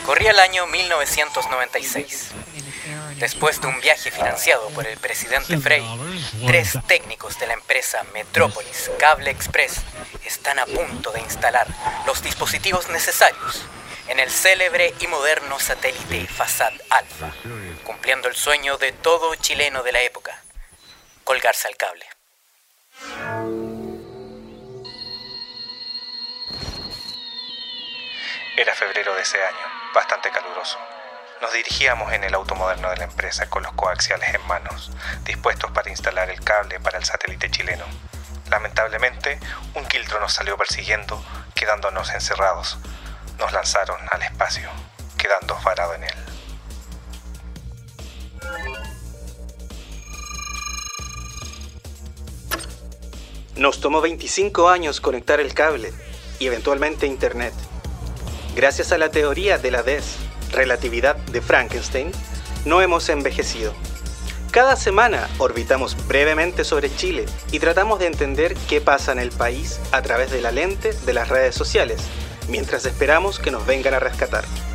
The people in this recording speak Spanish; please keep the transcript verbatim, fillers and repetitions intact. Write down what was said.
Corría el año mil novecientos noventa y seis. Después de un viaje financiado por el presidente Frey, tres técnicos de la empresa Metrópolis Cable Express están a punto de instalar los dispositivos necesarios en el célebre y moderno satélite Fasad Alpha, cumpliendo el sueño de todo chileno de la época: colgarse al cable. Era febrero de ese año, bastante caluroso. Nos dirigíamos en el auto moderno de la empresa con los coaxiales en manos, dispuestos para instalar el cable para el satélite chileno. Lamentablemente, un quiltro nos salió persiguiendo, quedándonos encerrados. Nos lanzaron al espacio, quedando varados en él. Nos tomó veinticinco años conectar el cable y eventualmente internet. Gracias a la teoría de la des, relatividad de Frankenstein, no hemos envejecido. Cada semana orbitamos brevemente sobre Chile y tratamos de entender qué pasa en el país a través de la lente de las redes sociales, mientras esperamos que nos vengan a rescatar.